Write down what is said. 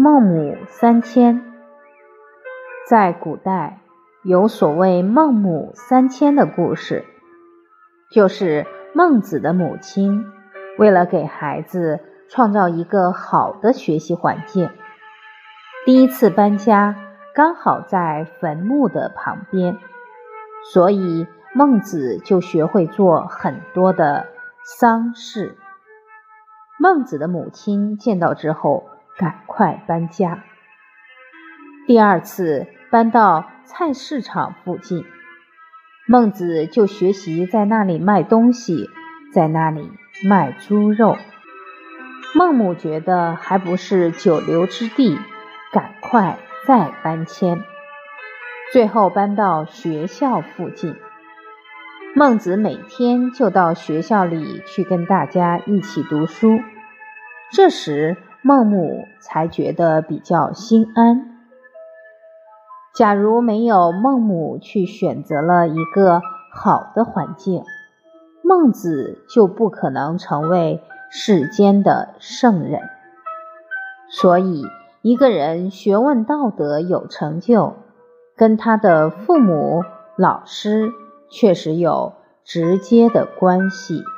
孟母三迁。在古代有所谓孟母三迁的故事，就是孟子的母亲为了给孩子创造一个好的学习环境，第一次搬家刚好在坟墓的旁边，所以孟子就学会做很多的丧事。孟子的母亲见到之后赶快搬家。第二次搬到菜市场附近，孟子就学习在那里卖东西，在那里卖猪肉。孟母觉得还不是久留之地，赶快再搬迁。最后搬到学校附近，孟子每天就到学校里去跟大家一起读书，这时孟母才觉得比较心安。假如没有孟母去选择了一个好的环境，孟子就不可能成为世间的圣人。所以一个人学问道德有成就，跟他的父母、老师确实有直接的关系。